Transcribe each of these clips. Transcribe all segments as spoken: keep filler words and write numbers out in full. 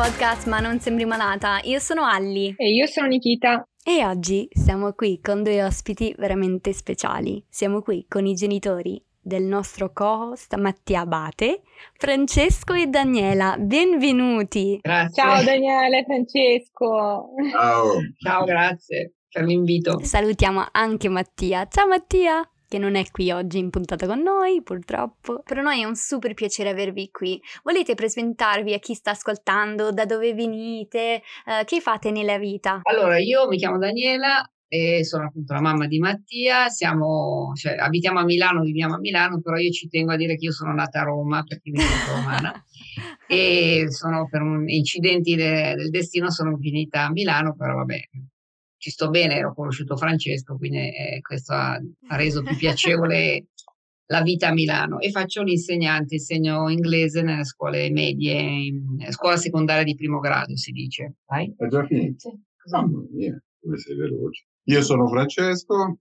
podcast Ma non sembri malata. Io sono Alli. E io sono Nikita. E oggi siamo qui con due ospiti veramente speciali. Siamo qui con i genitori del nostro co-host Mattia Abate, Francesco e Daniela. Benvenuti. Grazie. Ciao Daniele e Francesco. Ciao. Ciao, grazie per l'invito. Salutiamo anche Mattia. Ciao Mattia, che non è qui oggi in puntata con noi, purtroppo. Per noi è un super piacere avervi qui. Volete presentarvi a chi sta ascoltando, da dove venite, uh, che fate nella vita? Allora, io mi chiamo Daniela e sono appunto la mamma di Mattia. Siamo, cioè, abitiamo a Milano, viviamo a Milano, però io ci tengo a dire che io sono nata a Roma, perché mi sono romana. E sono per un incidenti de, del destino sono finita a Milano, però vabbè, ci sto bene, ho conosciuto Francesco, quindi eh, questo ha, ha reso più piacevole la vita a Milano. E faccio l'insegnante, insegno inglese nelle scuole medie, in scuola secondaria di primo grado, si dice. Vai? È già finito? Sì. Mamma mia, come sei veloce. Io sono Francesco,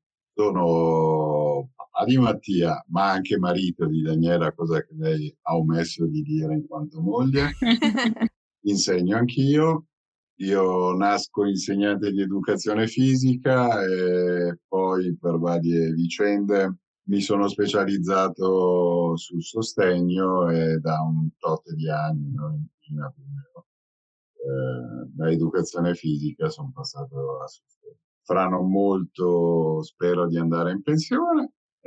sono papà di Mattia, ma anche marito di Daniela, cosa che lei ha omesso di dire in quanto moglie. Insegno anch'io. Io nasco insegnante di educazione fisica e poi per varie vicende mi sono specializzato sul sostegno e da un tot di anni, no, più o meno, eh, da educazione fisica sono passato a sostegno. Fra non molto spero di andare in pensione.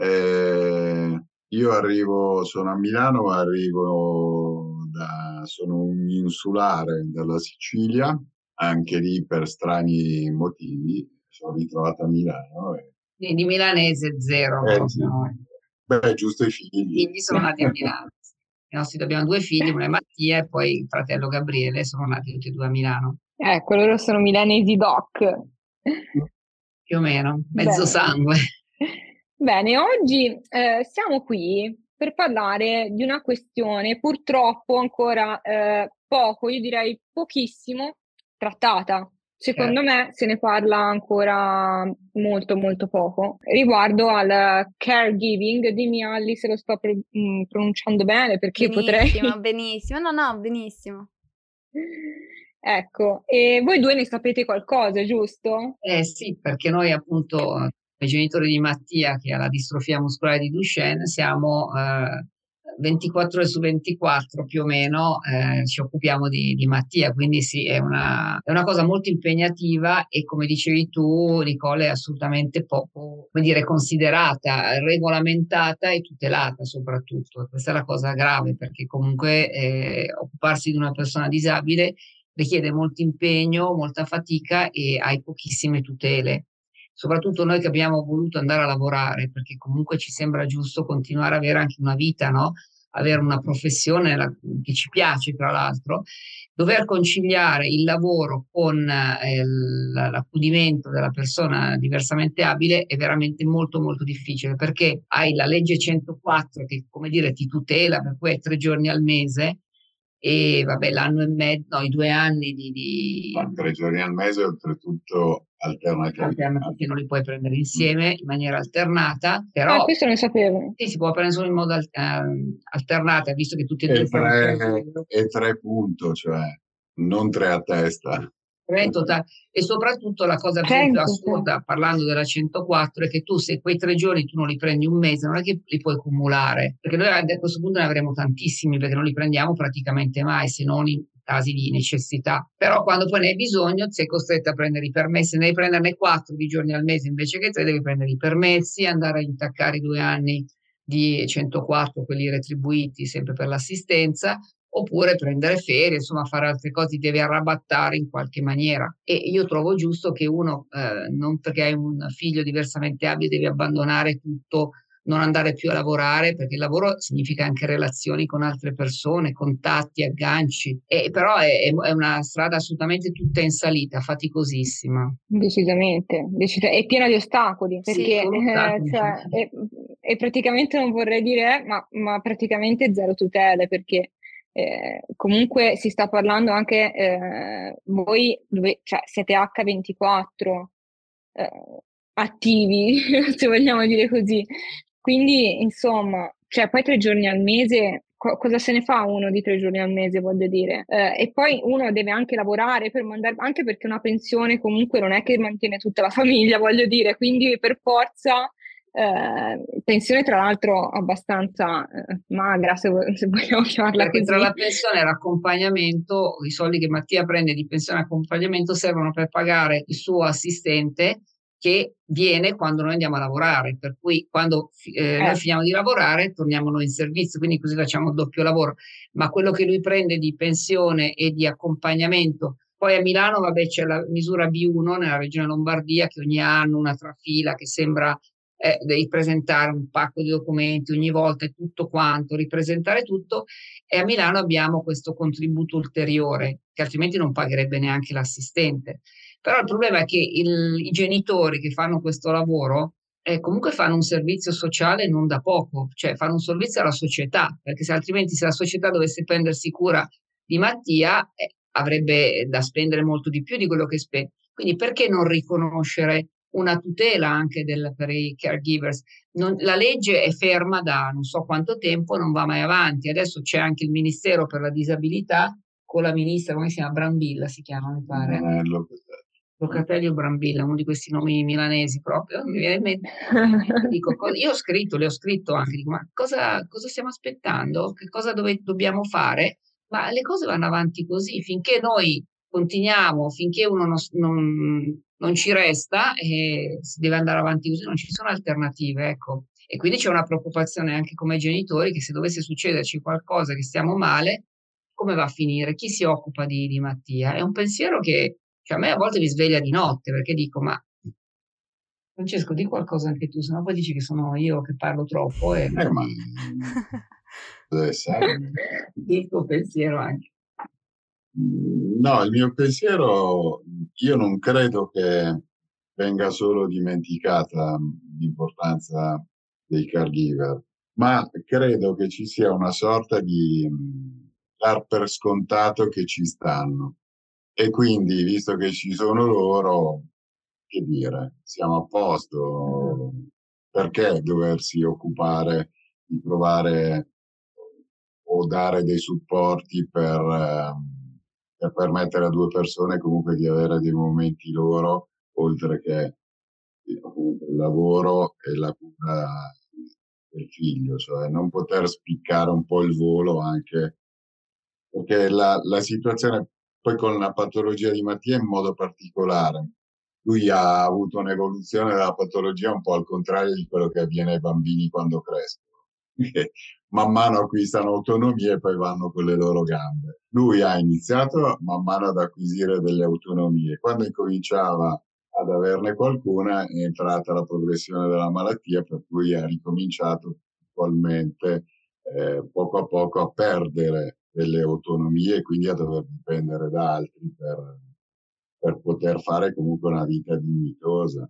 Eh, io arrivo, sono a Milano, ma arrivo da, sono un insulare dalla Sicilia, anche lì per strani motivi. Sono ritrovato a Milano. E... Di, di milanese zero. Eh, sì. Beh, giusto i figli. I figli sono nati a Milano. I nostri abbiamo due figli, uno è Mattia e poi il fratello Gabriele, sono nati tutti e due a Milano. Ecco, loro sono milanesi doc. Più o meno, mezzo Bene. sangue. Bene, oggi eh, siamo qui per parlare di una questione purtroppo ancora eh, poco, io direi pochissimo, trattata. Secondo Certo. me se ne parla ancora molto molto poco riguardo al caregiving. Dimmi Alli se lo sto pro- mh, pronunciando bene, perché Benissimo, potrei... benissimo, no no, benissimo. Ecco, e voi due ne sapete qualcosa, giusto? Eh sì, perché noi appunto, i genitori di Mattia, che ha la distrofia muscolare di Duchenne, siamo eh, ventiquattro ore su ventiquattro più o meno, eh, ci occupiamo di, di Mattia, quindi sì, è una, è una cosa molto impegnativa e come dicevi tu, Nicole, è assolutamente poco, come dire, considerata, regolamentata e tutelata soprattutto. Questa è la cosa grave, perché comunque eh, occuparsi di una persona disabile richiede molto impegno, molta fatica e hai pochissime tutele. Soprattutto noi che abbiamo voluto andare a lavorare, perché comunque ci sembra giusto continuare ad avere anche una vita, no? Avere una professione la, che ci piace, tra l'altro, dover conciliare il lavoro con eh, l'accudimento della persona diversamente abile è veramente molto molto difficile, perché hai la legge centoquattro che, come dire, ti tutela, per cui hai tre giorni al mese, e vabbè l'anno e mezzo, no, i due anni di... di... Ma tre giorni al mese oltretutto alternativi. Alternativi che non li puoi prendere insieme in maniera alternata, però... Ah, questo non sapevo. Sì, si può prendere solo in modo al- eh, alternata, visto che tutti e due... E tre, e tre punto, cioè non tre a testa. E soprattutto la cosa per esempio assurda, parlando della centoquattro, è che tu se quei tre giorni tu non li prendi un mese, non è che li puoi cumulare, perché noi a questo punto ne avremo tantissimi, perché non li prendiamo praticamente mai, se non in casi di necessità. Però quando poi ne hai bisogno sei costretto a prendere i permessi, se devi prenderne quattro di giorni al mese invece che tre, devi prendere i permessi, andare a intaccare i due anni di centoquattro, quelli retribuiti sempre per l'assistenza, oppure prendere ferie, insomma fare altre cose, devi arrabattare in qualche maniera. E io trovo giusto che uno, eh, non perché hai un figlio diversamente abile, devi abbandonare tutto, non andare più a lavorare, perché il lavoro significa anche relazioni con altre persone, contatti, agganci, e però è, è una strada assolutamente tutta in salita, faticosissima. Decisamente, decisa- è piena di ostacoli, perché Sì, ostacoli, eh, cioè, è, è praticamente, non vorrei dire, eh, ma, ma praticamente zero tutele, perché Eh, comunque si sta parlando anche, eh, voi dove, cioè, siete acca ventiquattro eh, attivi, se vogliamo dire così. Quindi, insomma, cioè, poi tre giorni al mese co- cosa se ne fa uno di tre giorni al mese, voglio dire. Eh, e poi uno deve anche lavorare per mandare, anche perché una pensione comunque non è che mantiene tutta la famiglia, voglio dire, quindi per forza, eh, pensione tra l'altro abbastanza eh, magra, se, vo- se vogliamo chiamarla Perché così. tra la pensione e l'accompagnamento, i soldi che Mattia prende di pensione e accompagnamento servono per pagare il suo assistente che viene quando noi andiamo a lavorare, per cui quando eh, noi Eh, finiamo di lavorare torniamo noi in servizio, quindi così facciamo il doppio lavoro, ma quello che lui prende di pensione e di accompagnamento, poi a Milano vabbè c'è la misura B uno nella regione Lombardia che ogni anno una trafila che sembra eh, devi presentare un pacco di documenti ogni volta e tutto quanto, ripresentare tutto, e a Milano abbiamo questo contributo ulteriore che altrimenti non pagherebbe neanche l'assistente. Però il problema è che il, i genitori che fanno questo lavoro eh, comunque fanno un servizio sociale non da poco, cioè fanno un servizio alla società, perché se altrimenti se la società dovesse prendersi cura di Mattia eh, avrebbe da spendere molto di più di quello che spende. Quindi perché non riconoscere una tutela anche del, per i caregivers? Non, la legge è ferma da non so quanto tempo, non va mai avanti. Adesso c'è anche il Ministero per la Disabilità con la ministra, come si chiama? Brambilla si chiama, mi pare. Eh, lo- Locatelli o Brambilla, uno di questi nomi milanesi proprio, mi viene in mente. Dico, co- io ho scritto, le ho scritto anche, dico, ma cosa, cosa stiamo aspettando? Che cosa dove, dobbiamo fare? Ma le cose vanno avanti così, finché noi continuiamo, finché uno non, non, non ci resta, e si deve andare avanti così, non ci sono alternative, ecco. E quindi c'è una preoccupazione anche come genitori che se dovesse succederci qualcosa, che stiamo male, come va a finire? Chi si occupa di, di Mattia? È un pensiero che cioè, a me a volte mi sveglia di notte perché dico, ma Francesco, di qualcosa anche tu, sennò poi dici che sono io che parlo troppo e eh, ma deve essere. il tuo pensiero anche. No, il mio pensiero, io non credo che venga solo dimenticata l'importanza dei caregiver, ma credo che ci sia una sorta di mh, dar per scontato che ci stanno. E quindi, visto che ci sono loro, che dire, siamo a posto. Perché doversi occupare di provare o dare dei supporti per, ehm, per permettere a due persone comunque di avere dei momenti loro, oltre che eh, appunto, il lavoro e la cura del figlio, cioè non poter spiccare un po' il volo anche perché la, la situazione poi con la patologia di Mattia in modo particolare, lui ha avuto un'evoluzione della patologia un po' al contrario di quello che avviene ai bambini quando crescono, che man mano acquistano autonomia e poi vanno con le loro gambe. Lui ha iniziato man mano ad acquisire delle autonomie. Quando incominciava ad averne qualcuna è entrata la progressione della malattia, per cui ha ricominciato attualmente eh, poco a poco a perdere delle autonomie e quindi a dover dipendere da altri per, per poter fare comunque una vita dignitosa.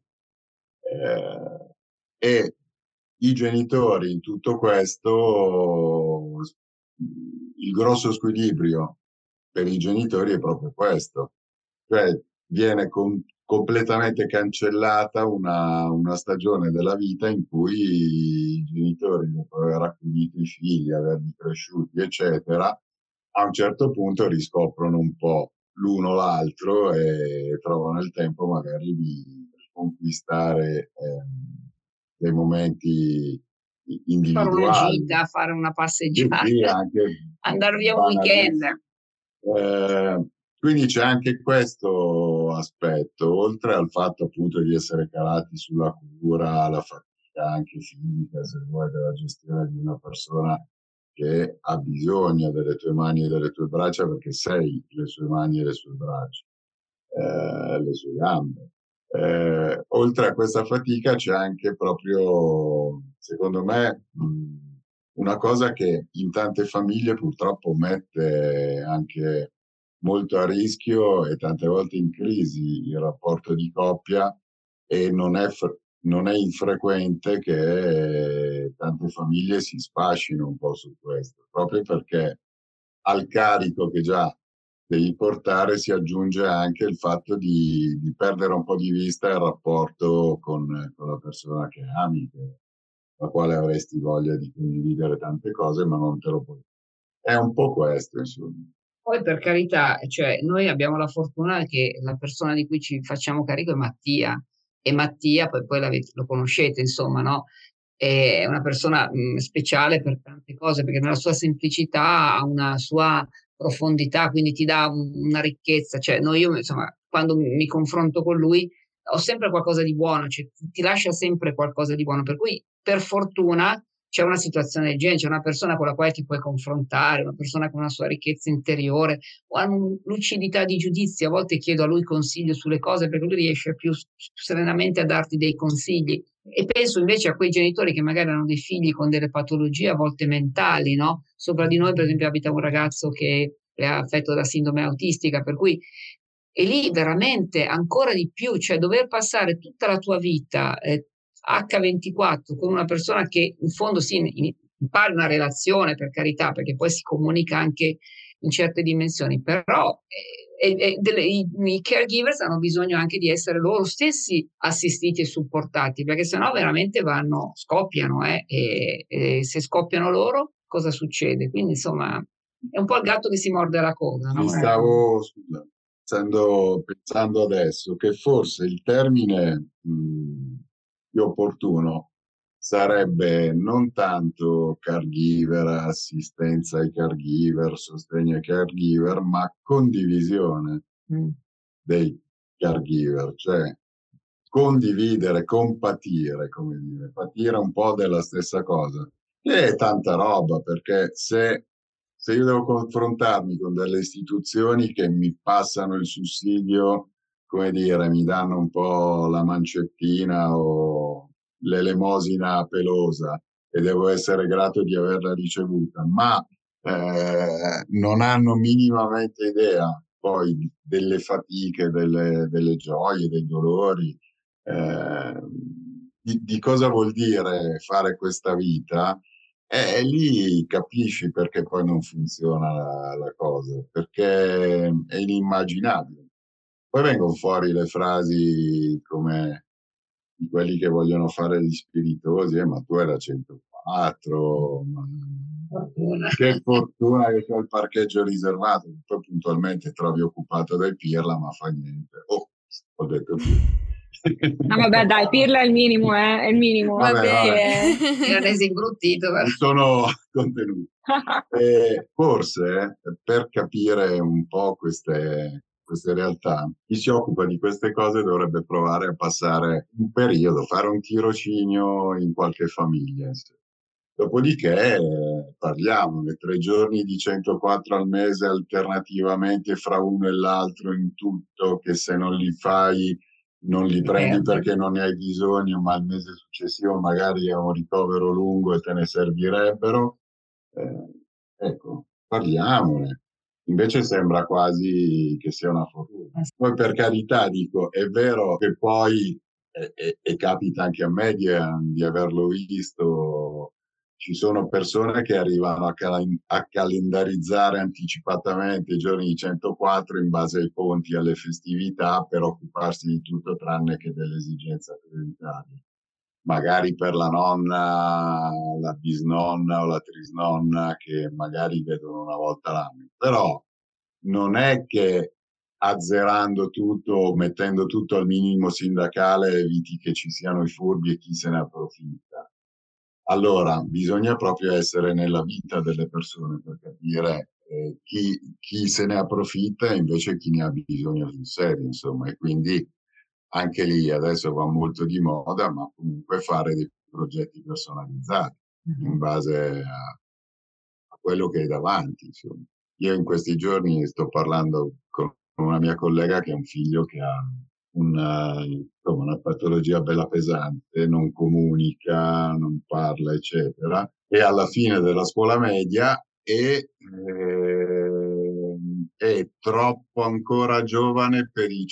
Eh, e i genitori in tutto questo, il grosso squilibrio per i genitori è proprio questo, cioè viene com- completamente cancellata una, una stagione della vita in cui i genitori, dopo aver accudito i figli, averli cresciuti, eccetera, a un certo punto riscoprono un po' l'uno l'altro e trovano il tempo magari di conquistare ehm, dei momenti Fare una individuali. gita, fare una Sì, passeggiata, sì, anche andare via un weekend. banalmente. Eh, quindi c'è anche questo aspetto, oltre al fatto appunto di essere calati sulla cura, la fatica anche fisica, se vuoi, della gestione di una persona che ha bisogno delle tue mani e delle tue braccia perché sei le sue mani e le sue braccia, eh, le sue gambe. Eh, oltre a questa fatica c'è anche proprio, secondo me, mh, una cosa che in tante famiglie purtroppo mette anche molto a rischio e tante volte in crisi il rapporto di coppia e non è, fre- non è infrequente che tante famiglie si sfascino un po' su questo, proprio perché al carico che già devi portare si aggiunge anche il fatto di, di perdere un po' di vista il rapporto con, con la persona che ami, che, la quale avresti voglia di condividere tante cose, ma non te lo puoi è un po' questo, insomma. Poi per carità, cioè, noi abbiamo la fortuna che la persona di cui ci facciamo carico è Mattia, e Mattia, poi, poi lo conoscete, insomma, no? È una persona mh, speciale per tante cose, perché nella sua semplicità ha una sua profondità, quindi ti dà un, una ricchezza. Cioè, no, io, insomma, quando mi confronto con lui ho sempre qualcosa di buono, cioè, ti lascia sempre qualcosa di buono, per cui per fortuna c'è una situazione del genere, c'è una persona con la quale ti puoi confrontare, una persona con una sua ricchezza interiore, o ha una lucidità di giudizio. A volte chiedo a lui consiglio sulle cose perché lui riesce più serenamente a darti dei consigli. E penso invece a quei genitori che magari hanno dei figli con delle patologie a volte mentali, no? Sopra di noi, per esempio, abita un ragazzo che è affetto da sindrome autistica, per cui e lì veramente ancora di più, cioè dover passare tutta la tua vita eh, acca ventiquattro con una persona che in fondo si sì, impara una relazione, per carità, perché poi si comunica anche in certe dimensioni, però eh, eh, delle, i, i caregivers hanno bisogno anche di essere loro stessi assistiti e supportati, perché sennò veramente vanno, scoppiano, eh, e, e se scoppiano loro cosa succede? Quindi insomma è un po' il gatto che si morde la coda, no? Mi stavo, scusa, stando pensando adesso che forse il termine mh, più opportuno sarebbe non tanto caregiver, assistenza ai caregiver, sostegno ai caregiver, ma condivisione mm. dei caregiver, cioè condividere, compatire, come dire, patire un po' della stessa cosa. E è tanta roba, perché se, se io devo confrontarmi con delle istituzioni che mi passano il sussidio, come dire, mi danno un po' la mancettina o l'elemosina pelosa e devo essere grato di averla ricevuta, ma eh, non hanno minimamente idea poi delle fatiche, delle, delle gioie, dei dolori, eh, di, di cosa vuol dire fare questa vita, e lì capisci perché poi non funziona la, la cosa, perché è inimmaginabile. Poi vengono fuori le frasi come di quelli che vogliono fare gli spiritosi, eh, ma tu hai la centoquattro, ma fortuna. Che fortuna che c'è il parcheggio riservato, poi puntualmente trovi occupato dai Pirla, ma fa niente. Oh, ho detto Pirla. No, vabbè, dai, Pirla è il minimo, eh, è il minimo. Va bene. Mi ha reso imbruttito. Non sono contenuto. E forse per capire un po' queste, queste realtà, chi si occupa di queste cose dovrebbe provare a passare un periodo, fare un tirocinio in qualche famiglia. Dopodiché eh, parliamo di tre giorni di centoquattro al mese alternativamente fra uno e l'altro in tutto, che se non li fai non li prendi perché non ne hai bisogno, ma il mese successivo magari è un ricovero lungo e te ne servirebbero. Eh, ecco, parliamone. Invece sembra quasi che sia una fortuna. Poi per carità dico, è vero che poi, e, e, e capita anche a me di, di averlo visto, ci sono persone che arrivano a, cal- a calendarizzare anticipatamente i giorni di centoquattro in base ai ponti e alle festività per occuparsi di tutto tranne che delle esigenze prioritarie. Magari per la nonna, la bisnonna o la trisnonna che magari vedono una volta l'anno. Però non è che azzerando tutto, mettendo tutto al minimo sindacale, eviti che ci siano i furbi e chi se ne approfitta. Allora, bisogna proprio essere nella vita delle persone per capire eh, chi, chi se ne approfitta e invece chi ne ha bisogno sul serio, insomma. E quindi anche lì adesso va molto di moda, ma comunque fare dei progetti personalizzati mm-hmm. in base a, a quello che hai davanti, insomma. Io in questi giorni sto parlando con una mia collega che ha un figlio che ha una, insomma, una patologia bella pesante, non comunica, non parla, eccetera, e alla fine della scuola media è, eh, è troppo ancora giovane per i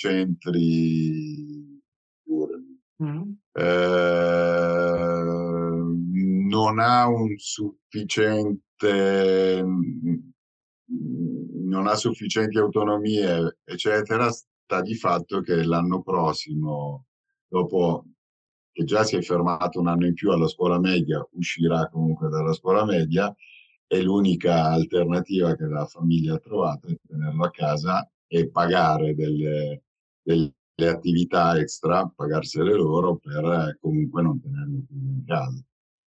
centri mm. eh, non ha un sufficiente non ha sufficienti autonomie, eccetera. Sta di fatto che l'anno prossimo, dopo che già si è fermato un anno in più alla scuola media, uscirà comunque dalla scuola media e l'unica alternativa che la famiglia ha trovato è tenerlo a casa e pagare delle, delle attività extra, pagarsele loro per eh, comunque non tenerlo più in casa.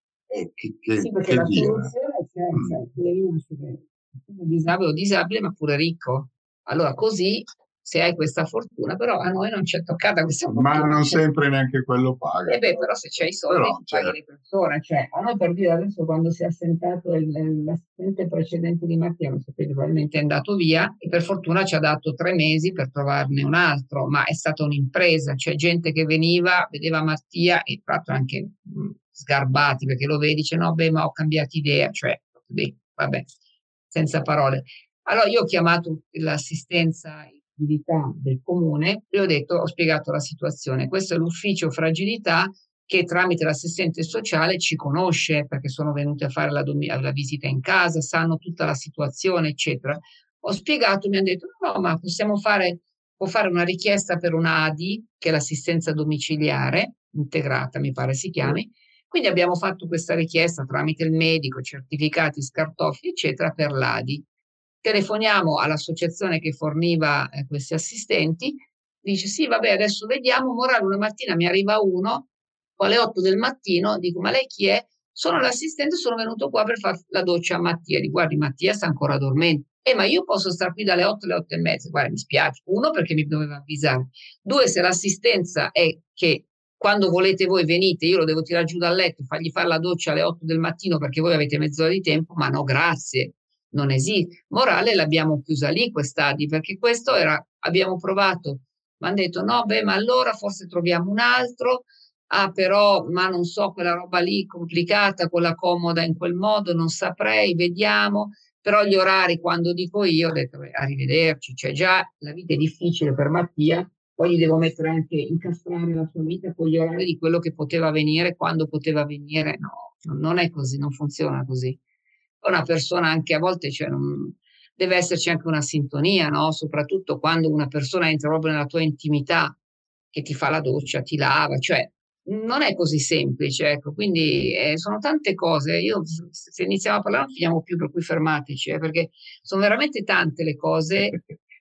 E che, che, Sì, perché che la dire? soluzione c'è, cioè, devi essere disabile o disabile, ma pure ricco. Allora, così, se hai questa fortuna, però a noi non ci è toccata questa Ma fortuna. non Cioè, sempre neanche quello paga. e beh, però se c'hai i soldi, Però, ti cioè, paghi le persone. Cioè, a noi per dire adesso, quando si è assentato il- il- l'assistente precedente di Mattia, non sapete, probabilmente è andato via, e per fortuna ci ha dato tre mesi per trovarne un altro, ma è stata un'impresa, c'è gente che veniva, vedeva Mattia e tra l'altro anche mh, sgarbati, perché lo vedi, dice no, beh, ma ho cambiato idea, cioè, beh, vabbè, senza parole. Allora io ho chiamato l'assistenza fragilità del comune e ho detto, ho spiegato la situazione. Questo è l'ufficio fragilità che tramite l'assistente sociale ci conosce perché sono venute a fare la, dom- la visita in casa, sanno tutta la situazione, eccetera. Ho spiegato, mi hanno detto, no, ma possiamo fare, può fare una richiesta per una A D I, che è l'assistenza domiciliare integrata, mi pare si chiami. Quindi abbiamo fatto questa richiesta tramite il medico, certificati, scartofi, eccetera, per l'A D I. Telefoniamo all'associazione che forniva eh, questi assistenti, dice sì, vabbè, adesso vediamo. Morale, una mattina mi arriva uno, alle otto del mattino, dico, ma lei chi è? Sono l'assistente, sono venuto qua per fare la doccia a Mattia. Dico, guardi, Mattia sta ancora dormendo. Eh, ma io posso stare qui dalle otto alle otto e mezza. Guarda, mi spiace. Uno, perché mi doveva avvisare. Due, se l'assistenza è che quando volete voi venite, io lo devo tirare giù dal letto, fargli fare la doccia alle otto del mattino perché voi avete mezz'ora di tempo, ma no, grazie. Non esiste. Morale, l'abbiamo chiusa lì quest'A D I, perché questo era, abbiamo provato, mi hanno detto no, beh, ma allora forse troviamo un altro, ah però, ma non so, quella roba lì complicata, quella comoda in quel modo, non saprei, vediamo, però gli orari, quando dico io, ho detto beh, arrivederci, cioè già la vita è difficile per Mattia, poi gli devo mettere anche, incastrare la sua vita con gli orari di quello che poteva venire, quando poteva venire, no, non è così, non funziona così. Una persona anche a volte, cioè, non, deve esserci anche una sintonia, no? Soprattutto quando una persona entra proprio nella tua intimità, che ti fa la doccia, ti lava, cioè non è così semplice, ecco, quindi eh, sono tante cose. Io se iniziamo a parlare non finiamo più, per cui fermateci, eh, perché sono veramente tante le cose,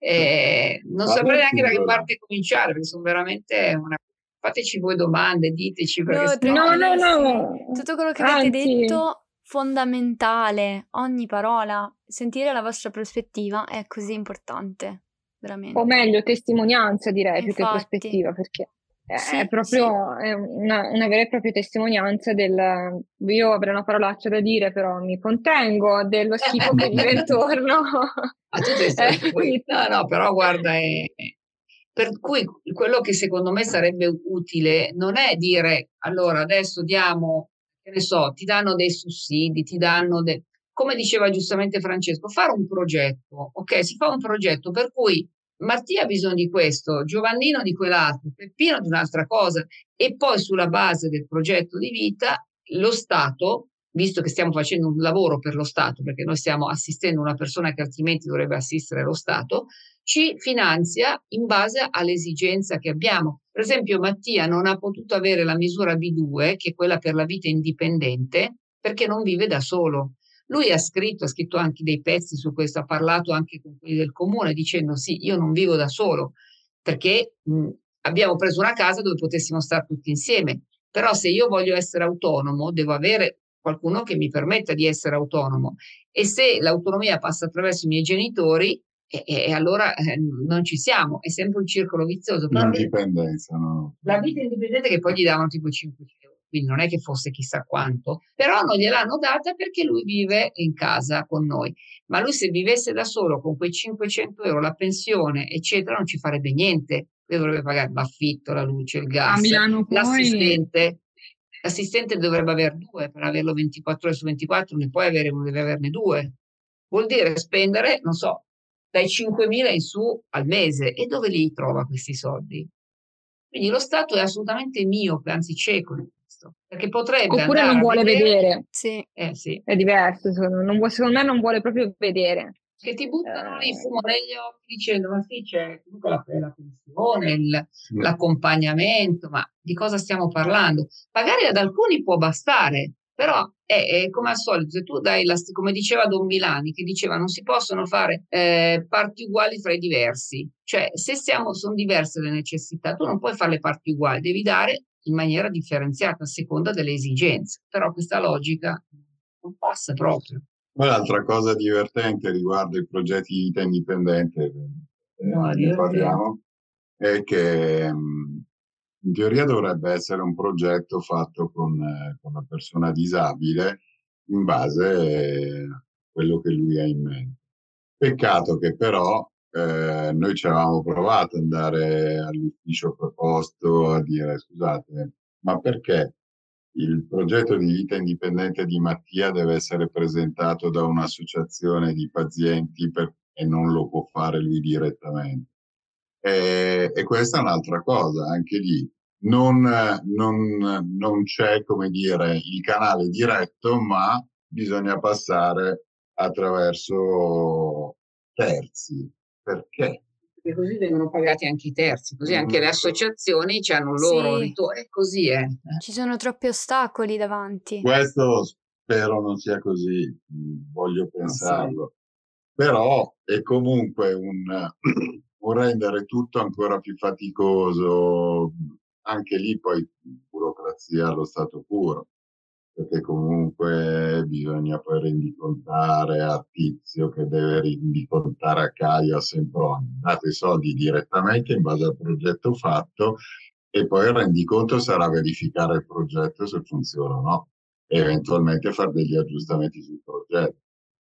eh, non saprei neanche da che parte cominciare, perché sono veramente una... Fateci voi domande, diteci, perché No, No, no, tranquillissimi. no. Tutto quello che avete Anzi, detto, fondamentale, ogni parola. Sentire la vostra prospettiva è così importante, veramente. o meglio, testimonianza direi più che Infatti, prospettiva, perché è sì, sì. proprio è una, una vera e propria testimonianza del... Io avrei una parolaccia da dire, però mi contengo, dello schifo che vive intorno. Ma tu sei Eh, stato quindi- no, no, però guarda, è... per cui quello che secondo me sarebbe utile non è dire allora adesso diamo, che ne so, ti danno dei sussidi, ti danno de... come diceva giustamente Francesco, fare un progetto, ok? Si fa un progetto per cui Mattia ha bisogno di questo, Giovannino di quell'altro, Peppino di un'altra cosa, e poi sulla base del progetto di vita lo Stato, visto che stiamo facendo un lavoro per lo Stato, perché noi stiamo assistendo una persona che altrimenti dovrebbe assistere lo Stato, ci finanzia in base all'esigenza che abbiamo. Per esempio, Mattia non ha potuto avere la misura B due, che è quella per la vita indipendente, perché non vive da solo. Lui ha scritto, ha scritto anche dei pezzi su questo, ha parlato anche con quelli del comune dicendo sì, io non vivo da solo, perché mh, abbiamo preso una casa dove potessimo stare tutti insieme. Però se io voglio essere autonomo, devo avere qualcuno che mi permetta di essere autonomo. E se l'autonomia passa attraverso i miei genitori, e, e allora eh, non ci siamo, è sempre un circolo vizioso. Però l'indipendenza, no? la vita indipendente che poi gli davano tipo cinquecento euro, quindi non è che fosse chissà quanto, però non gliel'hanno data perché lui vive in casa con noi. Ma lui se vivesse da solo con quei cinquecento euro, la pensione, eccetera, non ci farebbe niente. Lui dovrebbe pagare l'affitto, la luce, il a gas, Milano poi... l'assistente. L'assistente dovrebbe avere due, per averlo ventiquattro ore su ventiquattro, ne puoi avere uno, deve averne due. Vuol dire spendere, non so, dai cinquemila in su al mese. E dove li trova questi soldi? Quindi lo Stato è assolutamente miope, anzi cieco in questo, perché potrebbe Oppure non andare a vuole vedere, vedere, Sì. eh sì, è diverso, secondo, non vuole- secondo me non vuole proprio vedere. che ti buttano lì Eh, fumo negli occhi dicendo ma sì c'è comunque la, la pensione, il, l'accompagnamento, ma di cosa stiamo parlando? Magari ad alcuni può bastare, Però è, è come al solito, se tu dai, la, come diceva Don Milani, che diceva non si possono fare eh, parti uguali fra i diversi, cioè se siamo, sono diverse le necessità, tu non puoi fare le parti uguali, devi dare in maniera differenziata a seconda delle esigenze, però questa logica non passa proprio. Un'altra cosa divertente riguardo i progetti di vita indipendente, eh, No, ne parliamo, è che mh, in teoria dovrebbe essere un progetto fatto con, eh, con una persona disabile in base a quello che lui ha in mente. Peccato che però eh, noi ci avevamo provato ad andare all'ufficio preposto a dire scusate, ma perché il progetto di vita indipendente di Mattia deve essere presentato da un'associazione di pazienti per, e non lo può fare lui direttamente? E, e questa è un'altra cosa, anche lì non, non, non c'è, come dire, il canale diretto, ma bisogna passare attraverso terzi. Perché? Perché così vengono pagati anche i terzi, così anche le associazioni ci hanno loro Sì. ritorno, e così è. Ci sono troppi ostacoli davanti. Questo spero non sia così, voglio pensarlo. Però è comunque un, un rendere tutto ancora più faticoso, anche lì poi burocrazia allo stato puro, perché comunque bisogna poi rendicontare a Tizio che deve rendicontare a Caio a Sempronio. Date i soldi direttamente in base al progetto fatto e poi il rendiconto sarà verificare il progetto se funziona o no e eventualmente fare degli aggiustamenti sul progetto.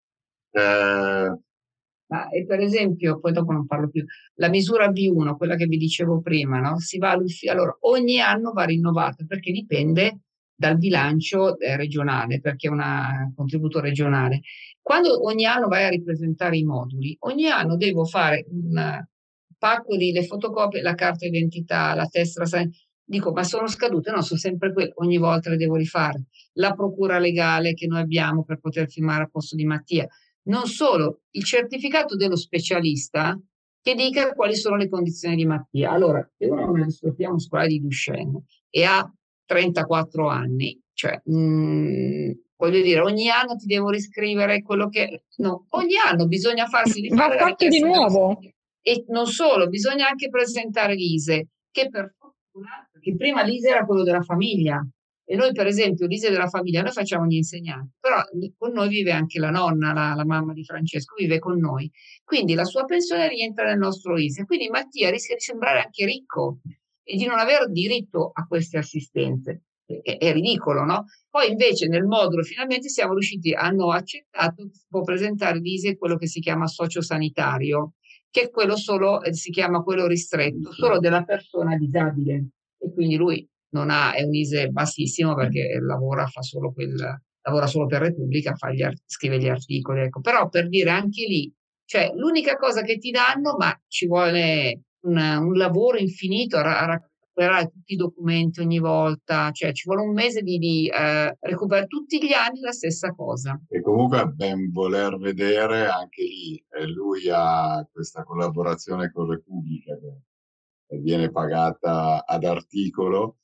Eh, Ma, e per esempio, poi dopo non parlo più, la misura B uno, quella che vi dicevo prima, no? Si va all'ufficio, allora ogni anno va rinnovata perché dipende dal bilancio eh, regionale, perché è un contributo regionale. Quando ogni anno vai a ripresentare i moduli, ogni anno devo fare un pacco di le fotocopie, la carta d'identità, la tessera, dico, ma sono scadute? No, sono sempre quelle, ogni volta le devo rifare. La procura legale che noi abbiamo per poter firmare a posto di Mattia. Non solo, il certificato dello specialista che dica quali sono le condizioni di Mattia. Allora, se uno ha una distrofia muscolare di Duchenne e ha trentaquattro anni, cioè, mh, voglio dire, ogni anno ti devo riscrivere quello che... No, ogni anno bisogna farsi rifare Va fatto di nuovo. E non solo, bisogna anche presentare l'I S E E, che per fortuna, perché prima l'I S E E era quello della famiglia. E noi, per esempio, l'I S E E della famiglia, noi facciamo gli insegnanti, però con noi vive anche la nonna, la, la mamma di Francesco, vive con noi. Quindi la sua pensione rientra nel nostro I S E E. Quindi Mattia rischia di sembrare anche ricco e di non aver diritto a queste assistenze. È, è ridicolo, no? Poi invece nel modulo finalmente siamo riusciti, hanno accettato, si può presentare l'I S E E quello che si chiama sociosanitario, che è quello solo, eh, si chiama quello ristretto, solo della persona disabile. E quindi lui non ha, è un I S E E bassissimo perché lavora, fa solo quel, lavora solo per Repubblica, fa gli art- scrive gli articoli, ecco. Però per dire anche lì, cioè l'unica cosa che ti danno, ma ci vuole una, un lavoro infinito a, a recuperare tutti i documenti ogni volta, cioè ci vuole un mese di, di eh, recuperare tutti gli anni la stessa cosa. E comunque a ben voler vedere anche lì, eh, lui ha questa collaborazione con Repubblica che viene pagata ad articolo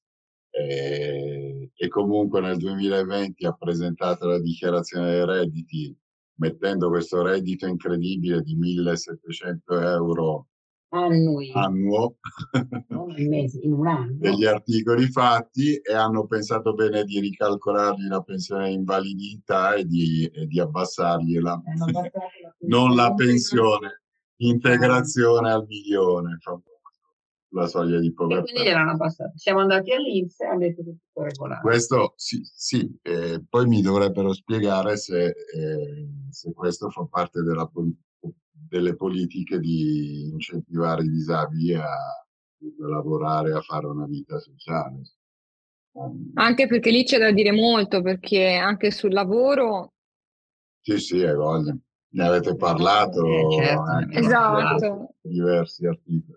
eh, e comunque nel duemilaventi ha presentato la dichiarazione dei redditi mettendo questo reddito incredibile di millesettecento euro Annui. annuo non in mese, in un anno degli articoli fatti e hanno pensato bene di ricalcolargli la pensione di invalidità e di, e di abbassargliela, la non la pensione, integrazione al milione, la soglia di povertà. E quindi gliel'hanno abbassata. Siamo andati all'I N P S e hanno detto che è tutto regolare. Questo sì, sì eh, poi mi dovrebbero spiegare se, eh, se questo fa parte della pol- delle politiche di incentivare i disabili a, a lavorare, a fare una vita sociale. Anche perché lì c'è da dire molto, perché anche sul lavoro... Sì, sì, hai voglia. Ne avete parlato eh, certo, anche esatto. in diversi articoli.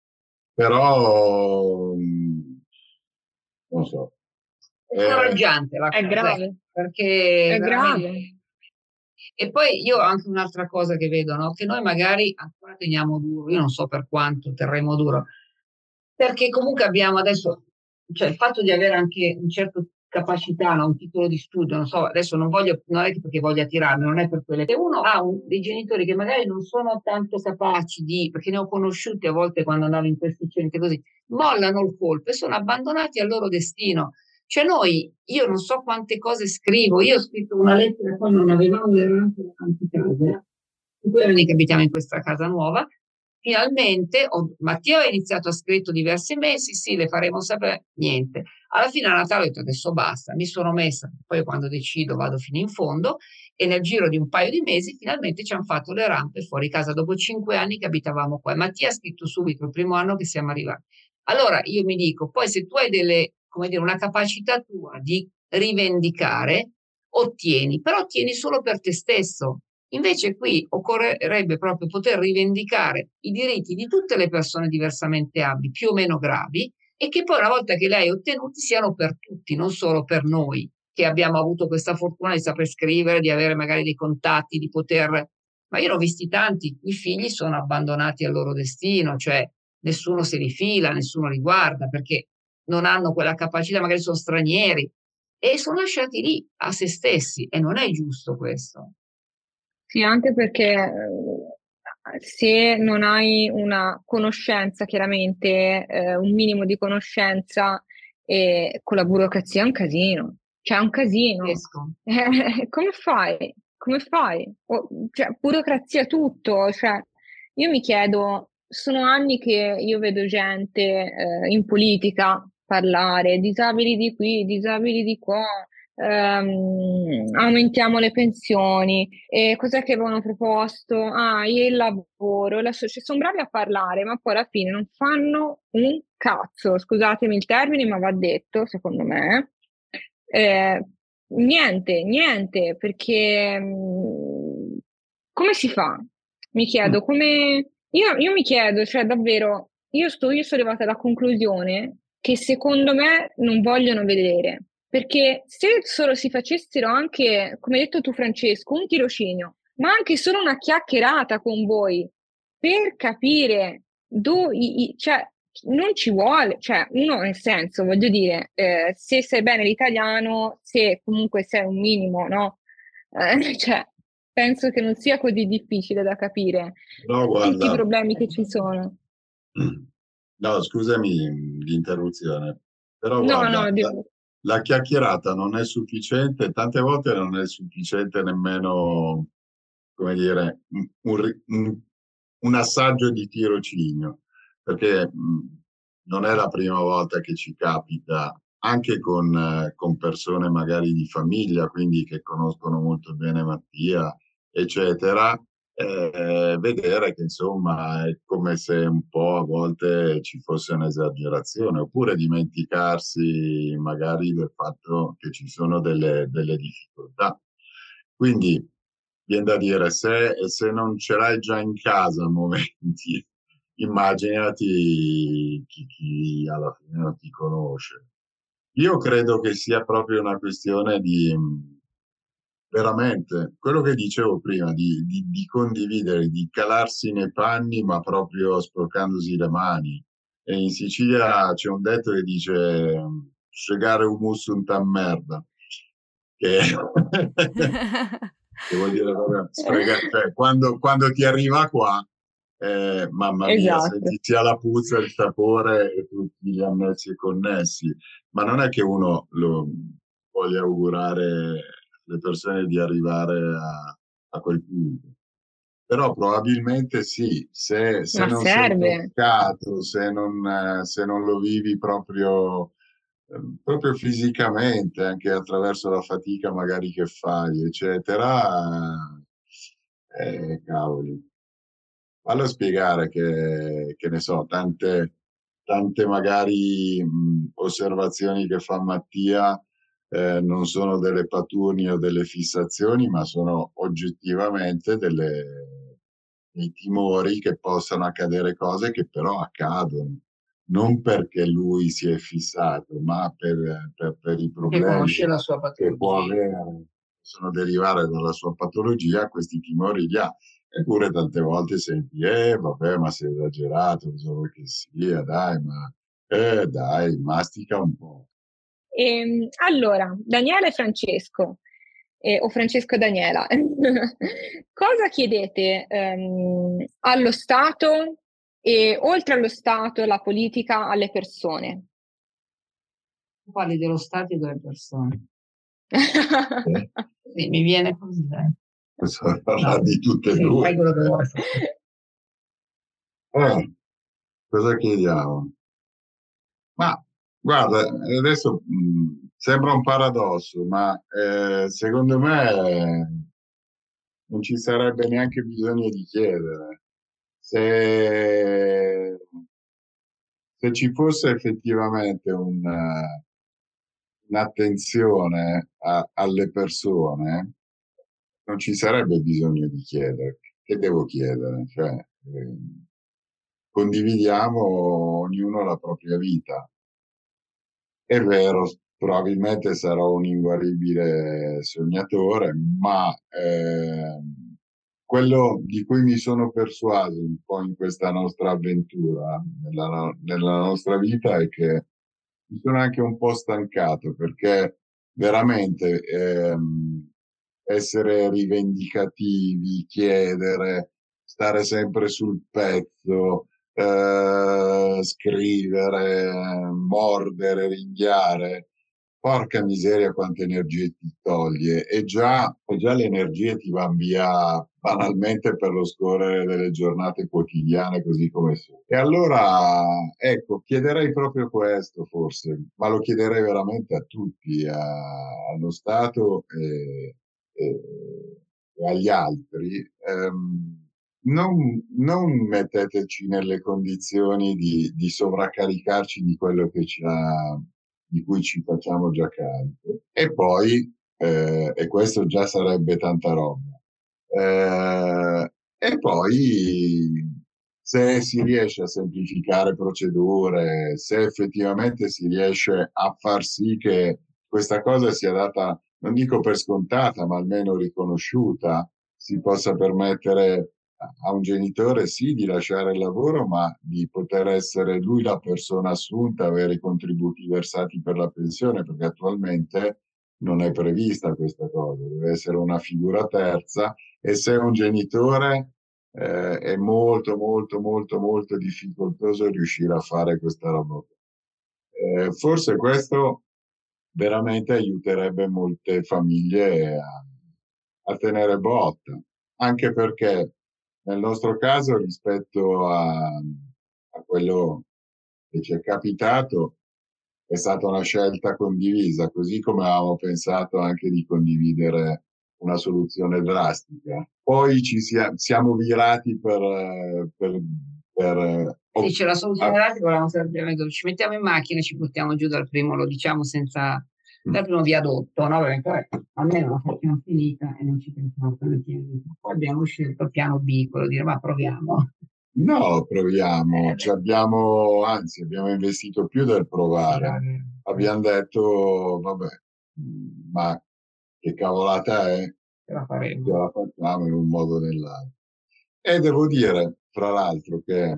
Però, non so. È incoraggiante la cosa, è grave. Perché è grave. E poi io ho anche un'altra cosa che vedo, no? Che noi magari ancora teniamo duro, io non so per quanto terremo duro, perché comunque abbiamo adesso, cioè il fatto di avere anche un certo capacità, no? Un titolo di studio, non so, adesso non voglio, non è che perché voglia tirarmi, non è per quelle. Se uno ha un, dei genitori che magari non sono tanto capaci di, perché ne ho conosciuti a volte quando andavo in questi centri così, mollano il colpo e sono abbandonati al loro destino. Cioè noi, io non so quante cose scrivo, io ho scritto una lettera quando non avevamo veramente tante case, due anni che abitiamo in questa casa nuova, finalmente ho, Mattia ha iniziato, ha scritto diversi mesi, sì, le faremo sapere, niente. Alla fine a Natale ho detto adesso basta, mi sono messa, poi quando decido vado fino in fondo e nel giro di un paio di mesi finalmente ci hanno fatto le rampe fuori casa dopo cinque anni che abitavamo qua. E Mattia ha scritto subito il primo anno che siamo arrivati. Allora io mi dico, poi se tu hai delle, come dire, una capacità tua di rivendicare, ottieni, però ottieni solo per te stesso. Invece qui occorrerebbe proprio poter rivendicare i diritti di tutte le persone diversamente abili, più o meno gravi, e che poi una volta che li hai ottenuti siano per tutti, non solo per noi, che abbiamo avuto questa fortuna di saper scrivere, di avere magari dei contatti, di poter... Ma io ne ho visti tanti, i figli sono abbandonati al loro destino, cioè nessuno si rifila, nessuno li guarda, perché non hanno quella capacità, magari sono stranieri, e sono lasciati lì a se stessi, e non è giusto questo. Sì, anche perché eh, se non hai una conoscenza, chiaramente, eh, un minimo di conoscenza, eh, con la burocrazia è un casino. Cioè, è un casino. Esco. Eh, come fai? Come fai? O- cioè, burocrazia tutto. Cioè, io mi chiedo, sono anni che io vedo gente, eh, in politica parlare, disabili di qui, disabili di qua, ehm, aumentiamo le pensioni, e cos'è che avevano proposto? Ah, il lavoro, la so- cioè, sono bravi a parlare, ma poi alla fine non fanno un cazzo, scusatemi il termine, ma va detto, secondo me. Eh, niente, niente, perché mh, come si fa? Mi chiedo come... Io, io mi chiedo, cioè davvero, io sto, io sono arrivata alla conclusione che secondo me non vogliono vedere. Perché se solo si facessero anche, come hai detto tu Francesco, un tirocinio, ma anche solo una chiacchierata con voi per capire dove, i- i- cioè, non ci vuole, cioè, uno nel senso, voglio dire, eh, se sai bene l'italiano, se comunque sei un minimo, no? Eh, cioè, penso che non sia così difficile da capire No, tutti i guarda, problemi che ci sono. no, scusami l'interruzione, però No, guarda, no, la, Dio- la chiacchierata non è sufficiente, tante volte non è sufficiente nemmeno, come dire, un, un ri- un- un assaggio di tirocinio, perché mh, non è la prima volta che ci capita, anche con, eh, con persone magari di famiglia, quindi che conoscono molto bene Mattia, eccetera, eh, vedere che insomma è come se un po' a volte ci fosse un'esagerazione, oppure dimenticarsi magari del fatto che ci sono delle, delle difficoltà. Quindi viene da dire, se, se non ce l'hai già in casa a momenti, immaginati chi, chi alla fine non ti conosce. Io credo che sia proprio una questione di veramente quello che dicevo prima, di, di, di condividere, di calarsi nei panni, ma proprio sporcandosi le mani. E in Sicilia c'è un detto che dice segare un musso un ta merda, che, che vuol dire proprio sfregare, cioè quando, quando ti arriva qua, eh, mamma mia, esatto. senti sia la puzza, il sapore e tutti gli annessi e connessi, ma non è che uno lo voglia augurare alle persone di arrivare a, a quel punto. Però probabilmente sì, se, se Ma non sei serve. toccato, se non, eh, se non lo vivi proprio, eh, proprio fisicamente, anche attraverso la fatica magari che fai, eccetera, eh, cavoli. Fallo a spiegare che, che ne so, tante, tante magari mh, osservazioni che fa Mattia eh, non sono delle paturnie o delle fissazioni, ma sono oggettivamente delle, dei timori che possano accadere cose che però accadono, non perché lui si è fissato, ma per, per, per i Perché conosce problemi la sua che può patologia. avere, possono derivare dalla sua patologia, questi timori li ha. Eppure tante volte senti, eh, vabbè, ma sei esagerato, cosa vuoi che sia, dai, ma, eh, dai, mastica un po'. E, allora, Daniela e Francesco, eh, o Francesco e Daniela, cosa chiedete ehm, allo Stato e oltre allo Stato e la politica alle persone? Parli dello Stato e delle persone. Sì, mi viene così. Possiamo parlare no. di tutte e sì, due. Fai quello che vuoi. Eh, cosa chiediamo? Ma guarda, adesso mh, sembra un paradosso, ma eh, secondo me non ci sarebbe neanche bisogno di chiedere. Se, se ci fosse effettivamente un, un'attenzione a, alle persone, non ci sarebbe bisogno di chiedere. Che devo chiedere? Cioè, eh, condividiamo ognuno la propria vita. È vero, probabilmente sarò un inguaribile sognatore, ma eh, quello di cui mi sono persuaso un po' in questa nostra avventura, nella, nella nostra vita, è che mi sono anche un po' stancato, perché veramente ehm, essere rivendicativi, chiedere, stare sempre sul pezzo, eh, scrivere, mordere, ringhiare, porca miseria quante energie ti toglie, e già, e già le energie ti vanno via banalmente per lo scorrere delle giornate quotidiane così come sono. E allora, ecco, chiederei proprio questo forse, ma lo chiederei veramente a tutti, a, allo Stato e, e, e agli altri. Um, non, non metteteci nelle condizioni di, di sovraccaricarci di quello che ci ha, di cui ci facciamo già carico. E poi, eh, e questo già sarebbe tanta roba, eh, e poi se si riesce a semplificare procedure, se effettivamente si riesce a far sì che questa cosa sia data, non dico per scontata, ma almeno riconosciuta, si possa permettere a un genitore sì di lasciare il lavoro, ma di poter essere lui la persona assunta, avere i contributi versati per la pensione, perché attualmente non è prevista questa cosa, deve essere una figura terza, e se un genitore eh, è molto molto molto molto difficoltoso riuscire a fare questa roba. Eh, forse questo veramente aiuterebbe molte famiglie a, a tenere botta, anche perché nel nostro caso, rispetto a, a quello che ci è capitato, è stata una scelta condivisa, così come avevamo pensato anche di condividere una soluzione drastica. Poi ci sia, siamo virati per... per, per sì, c'è la soluzione drastica, volevamo sapere, ci mettiamo in macchina e ci buttiamo giù dal primo, lo diciamo senza... dal primo viadotto, no? Perché almeno la facciamo finita e non ci pensiamo per il piano. Poi abbiamo scelto il piano B, quello di dire ma proviamo. No, proviamo, eh, ci abbiamo, anzi abbiamo investito più del provare. Eh, abbiamo detto, vabbè, ma che cavolata è? Ce la faremo. Ce la facciamo in un modo o nell'altro. E devo dire, fra l'altro, che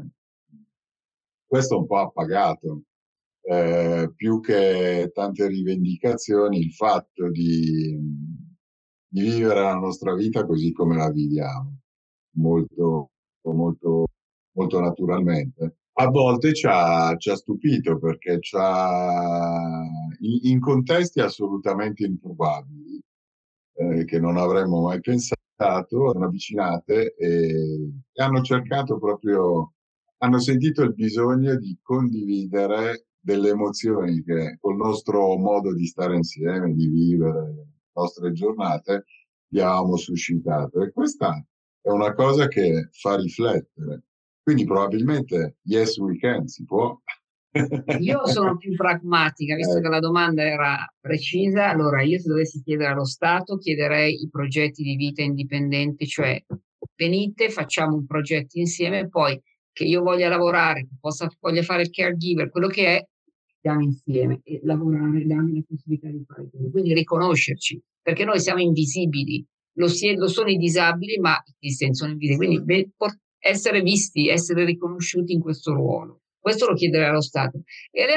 questo un po' ha pagato. Eh, più che tante rivendicazioni, il fatto di, di vivere la nostra vita così come la viviamo, molto, molto, molto naturalmente. A volte ci ha, ci ha stupito, perché ci ha, in, in contesti assolutamente improbabili, eh, che non avremmo mai pensato, sono avvicinate e, e hanno cercato proprio, hanno sentito il bisogno di condividere delle emozioni che col nostro modo di stare insieme, di vivere le nostre giornate, gli avevamo suscitato. E questa è una cosa che fa riflettere. Quindi probabilmente yes we can, si può. Io sono più pragmatica, visto eh. che la domanda era precisa. Allora, io se dovessi chiedere allo Stato, chiederei i progetti di vita indipendente, cioè venite, facciamo un progetto insieme, poi che io voglia lavorare, che possa, voglia fare il caregiver, quello che è, stiamo insieme e lavorare, darmi la possibilità di fare tutto. Quindi riconoscerci, perché noi siamo invisibili, lo, si è, lo sono i disabili, ma i disabili sono invisibili, quindi essere visti, essere riconosciuti in questo ruolo. Questo lo chiederei allo Stato. E le altre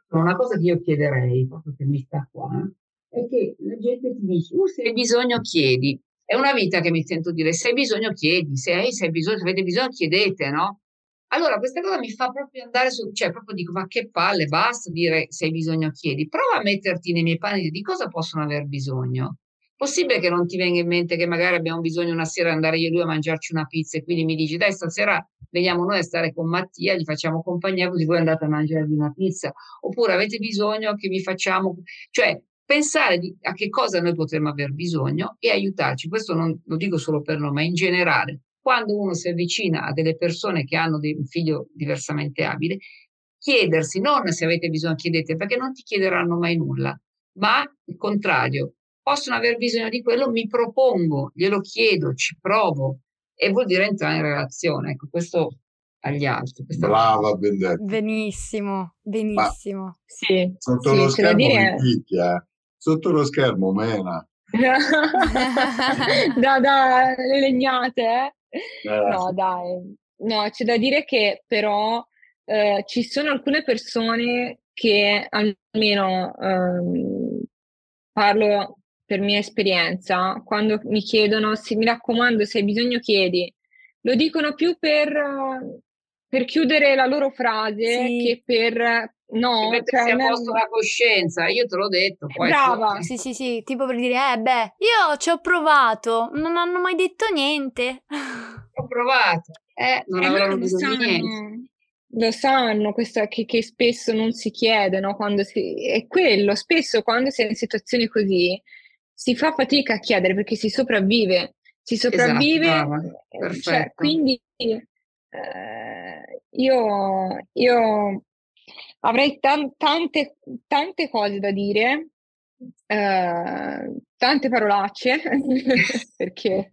Una cosa che io chiederei, proprio che mi sta qua, è che la gente ti dice, uh, se hai bisogno chiedi. È una vita che mi sento dire, se hai bisogno chiedi, se hai, se hai bisogno, se avete bisogno chiedete, no? Allora questa cosa mi fa proprio andare su, cioè proprio dico, ma che palle, basta dire se hai bisogno chiedi, prova a metterti nei miei panni di cosa possono aver bisogno. Possibile che non ti venga in mente che magari abbiamo bisogno una sera di andare io e lui a mangiarci una pizza e quindi mi dici, dai, stasera veniamo noi a stare con Mattia, gli facciamo compagnia così voi andate a mangiarvi una pizza, oppure avete bisogno che vi facciamo, cioè pensare di, a che cosa noi potremmo aver bisogno e aiutarci. Questo non lo dico solo per noi, ma in generale. Quando uno si avvicina a delle persone che hanno un figlio diversamente abile, chiedersi, non se avete bisogno chiedete, perché non ti chiederanno mai nulla, ma il contrario, possono aver bisogno di quello, mi propongo, glielo chiedo, ci provo, e vuol dire entrare in relazione. Ecco, questo agli altri. Brava, ben detto. Benissimo, benissimo. Ma sì, sotto sì, lo c'è da schermo dire... mi picchia, eh. Sotto lo schermo mena. da, da le legnate, eh? Eh. No, dai. No, c'è da dire che però eh, ci sono alcune persone che almeno ehm, parlo per mia esperienza, quando mi chiedono, se, mi raccomando, se hai bisogno chiedi, lo dicono più per, per chiudere la loro frase Sì. che per... No, per cioè, mettersi a me- posto la coscienza, io te l'ho detto. Poi Brava. Sì, sì, sì, tipo per dire, eh beh, io ci ho provato, non hanno mai detto niente. Ho provato, eh, non Eh, avranno loro lo bisogno di niente. sanno, lo sanno, questa, che, che spesso non si chiede, no? Quando si, è quello, spesso quando si è in situazioni così si fa fatica a chiedere perché si sopravvive, si sopravvive, Esatto, brava, eh, perfetto. cioè, quindi eh, io, io avrei tan- tante, tante cose da dire, eh, tante parolacce, perché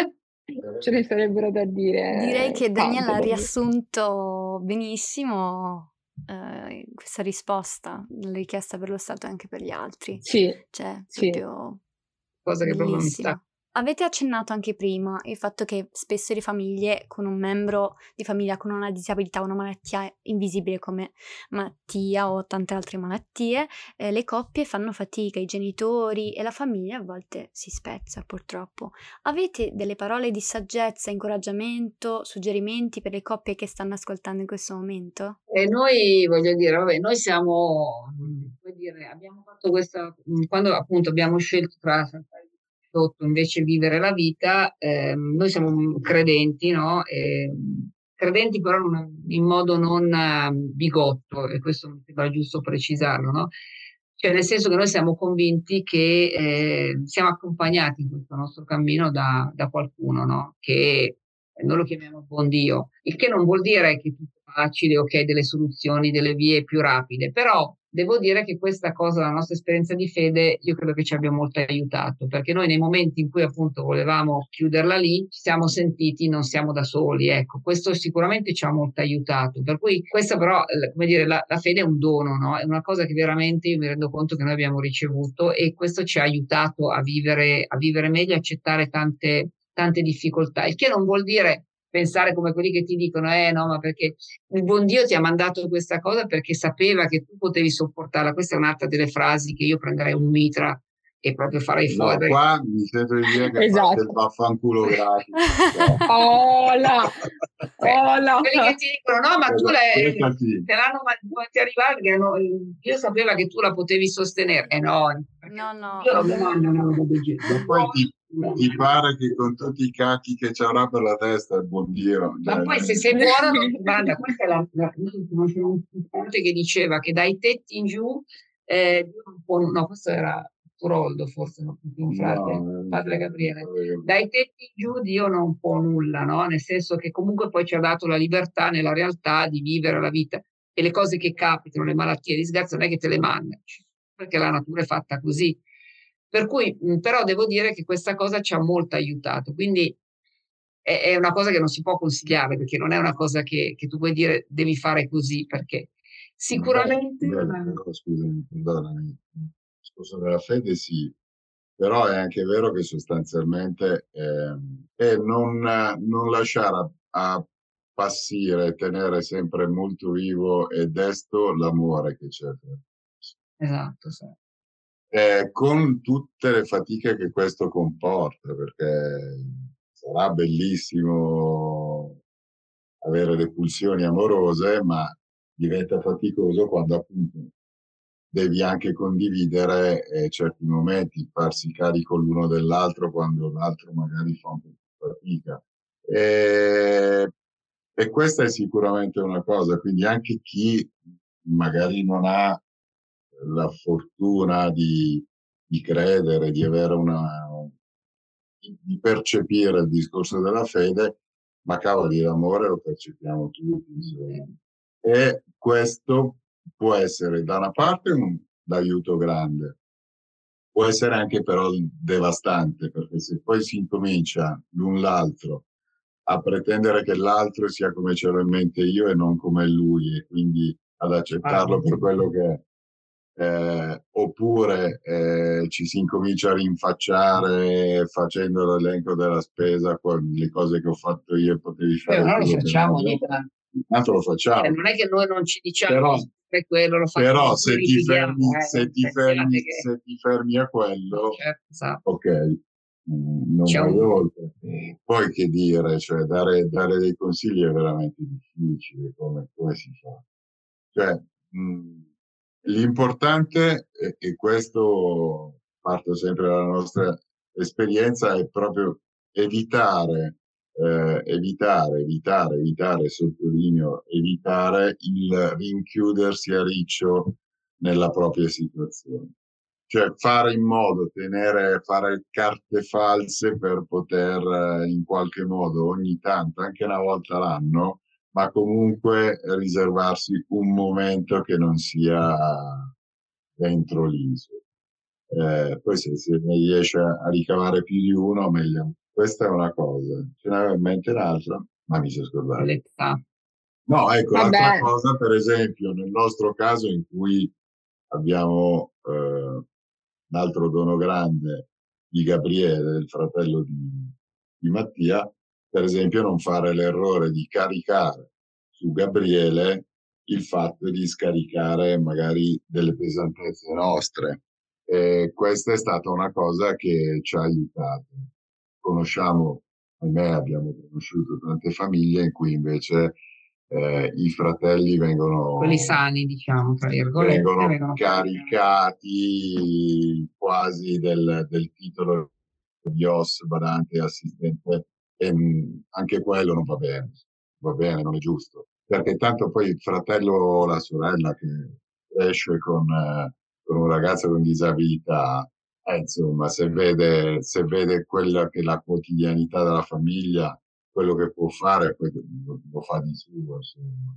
ce ne sarebbero da dire. Direi che Daniela ha tante da dire. riassunto benissimo eh, questa risposta, la richiesta per lo Stato e anche per gli altri. Sì, Cioè, sì. proprio Cosa che proprio mi bellissima. sta. Avete accennato anche prima il fatto che spesso le famiglie con un membro di famiglia con una disabilità o una malattia invisibile come Mattia o tante altre malattie, eh, le coppie fanno fatica, i genitori e la famiglia a volte si spezza purtroppo. Avete delle parole di saggezza, incoraggiamento, suggerimenti per le coppie che stanno ascoltando in questo momento? E noi, voglio dire, vabbè, noi siamo, vuol dire, abbiamo fatto questa, quando appunto abbiamo scelto tra saltare sotto invece vivere la vita, ehm, noi siamo credenti, no? E, credenti però non, in modo non uh, bigotto, e questo mi sembra giusto precisarlo, no? Cioè nel senso che noi siamo convinti che eh, siamo accompagnati in questo nostro cammino da, da qualcuno, no? Che noi lo chiamiamo buon Dio, il che non vuol dire che tutto è facile o che hai delle soluzioni, delle vie più rapide, però devo dire che questa cosa, la nostra esperienza di fede, io credo che ci abbia molto aiutato, perché noi nei momenti in cui appunto volevamo chiuderla lì, ci siamo sentiti non siamo da soli, ecco, questo sicuramente ci ha molto aiutato, per cui questa però, come dire, la, la fede è un dono, no? È una cosa che veramente io mi rendo conto che noi abbiamo ricevuto e questo ci ha aiutato a vivere, a vivere meglio, a accettare tante tante difficoltà, il che non vuol dire pensare come quelli che ti dicono eh no, ma perché il buon Dio ti ha mandato questa cosa perché sapeva che tu potevi sopportarla. Questa è un'altra delle frasi che io prenderei un mitra e proprio farei No, fuori. qua mi sento di dire che Esatto. fate il vaffanculo gratis. Oh là! Oh là! Quelli che ti dicono no, ma tu l'hai, Questa sì. te l'hanno fatto arrivare perché hanno, io sapevo che tu la potevi sostenere. Eh no, No, no. io non mi mando una roba del genere. Ma poi ti, ti pare che con tutti i cacchi che ci avrà per la testa il buon Dio. Ma cioè, poi se sei buono non ti manda. Questa è la, la conoscevo un padre che diceva che dai tetti in giù eh, Dio non può, no, questo era Turoldo forse, no, un frate, no, padre Gabriele. no, Dai tetti in giù Dio non può nulla, no? Nel senso che comunque poi ci ha dato la libertà nella realtà di vivere la vita e le cose che capitano, le malattie, le disgrazie, non è che te le manda, perché la natura è fatta così. Per cui, però devo dire che questa cosa ci ha molto aiutato, quindi è, è una cosa che non si può consigliare, perché non è una cosa che, che tu puoi dire devi fare così, perché sicuramente... Beh, beh, però, scusami, perdonami, il discorso della fede sì, però è anche vero che sostanzialmente eh, è non, non lasciare a, a, appassire, tenere sempre molto vivo e desto l'amore che c'è. Esatto, sì. Eh, con tutte le fatiche che questo comporta, perché sarà bellissimo avere le pulsioni amorose, ma diventa faticoso quando appunto devi anche condividere eh, certi momenti, farsi carico l'uno dell'altro quando l'altro magari fa un po' di fatica. E, e questa è sicuramente una cosa, quindi anche chi magari non ha la fortuna di, di credere, di avere una, di percepire il discorso della fede, ma cavoli, l'amore lo percepiamo tutti, insomma. E questo può essere da una parte un aiuto grande, può essere anche però devastante, perché se poi si incomincia l'un l'altro a pretendere che l'altro sia come ce l'ho in mente io e non come lui, e quindi ad accettarlo per quello che è, eh, oppure eh, ci si incomincia a rinfacciare facendo l'elenco della spesa, le cose che ho fatto io e potevi fare. Eh, noi lo tu, facciamo ogni tanto. Tanto lo facciamo. Eh, non è che noi non ci diciamo però, che quello lo facciamo. Però se ti, fermi, eh, se, ti fermi, che... se ti fermi a quello, certo, esatto. ok, non C'è vai un... oltre. Poi che dire, cioè dare, dare dei consigli è veramente difficile, come, come si fa? Cioè, mh, l'importante, e, e questo parto sempre dalla nostra esperienza, è proprio evitare, eh, evitare, evitare, evitare, sottolineo, evitare il rinchiudersi a riccio nella propria situazione. Cioè fare in modo, tenere, fare carte false per poter eh, in qualche modo ogni tanto, anche una volta l'anno, ma comunque riservarsi un momento che non sia dentro l'isola. Eh, poi se, se ne riesce a ricavare più di uno, meglio. Questa è una cosa. Ce n'avevo in mente un'altra, ma mi sono scordato. L'età. No, ecco, Vabbè. l'altra cosa, per esempio, nel nostro caso in cui abbiamo eh, un altro dono grande di Gabriele, il fratello di, di Mattia, per esempio non fare l'errore di caricare su Gabriele il fatto di scaricare magari delle pesantezze nostre. E questa è stata una cosa che ci ha aiutato. Conosciamo, ahimè, abbiamo conosciuto tante famiglie in cui invece eh, i fratelli vengono... quelli sani, diciamo, tra virgolette, vengono, vengono caricati quasi del, del titolo di O S, badante, assistente, e mh, anche quello non va bene, va bene, non è giusto, perché tanto poi il fratello o la sorella che esce con, eh, con un ragazzo con disabilità, eh, insomma, se vede, se vede quella che è la quotidianità della famiglia, quello che può fare, poi lo, lo fa di suo, insomma.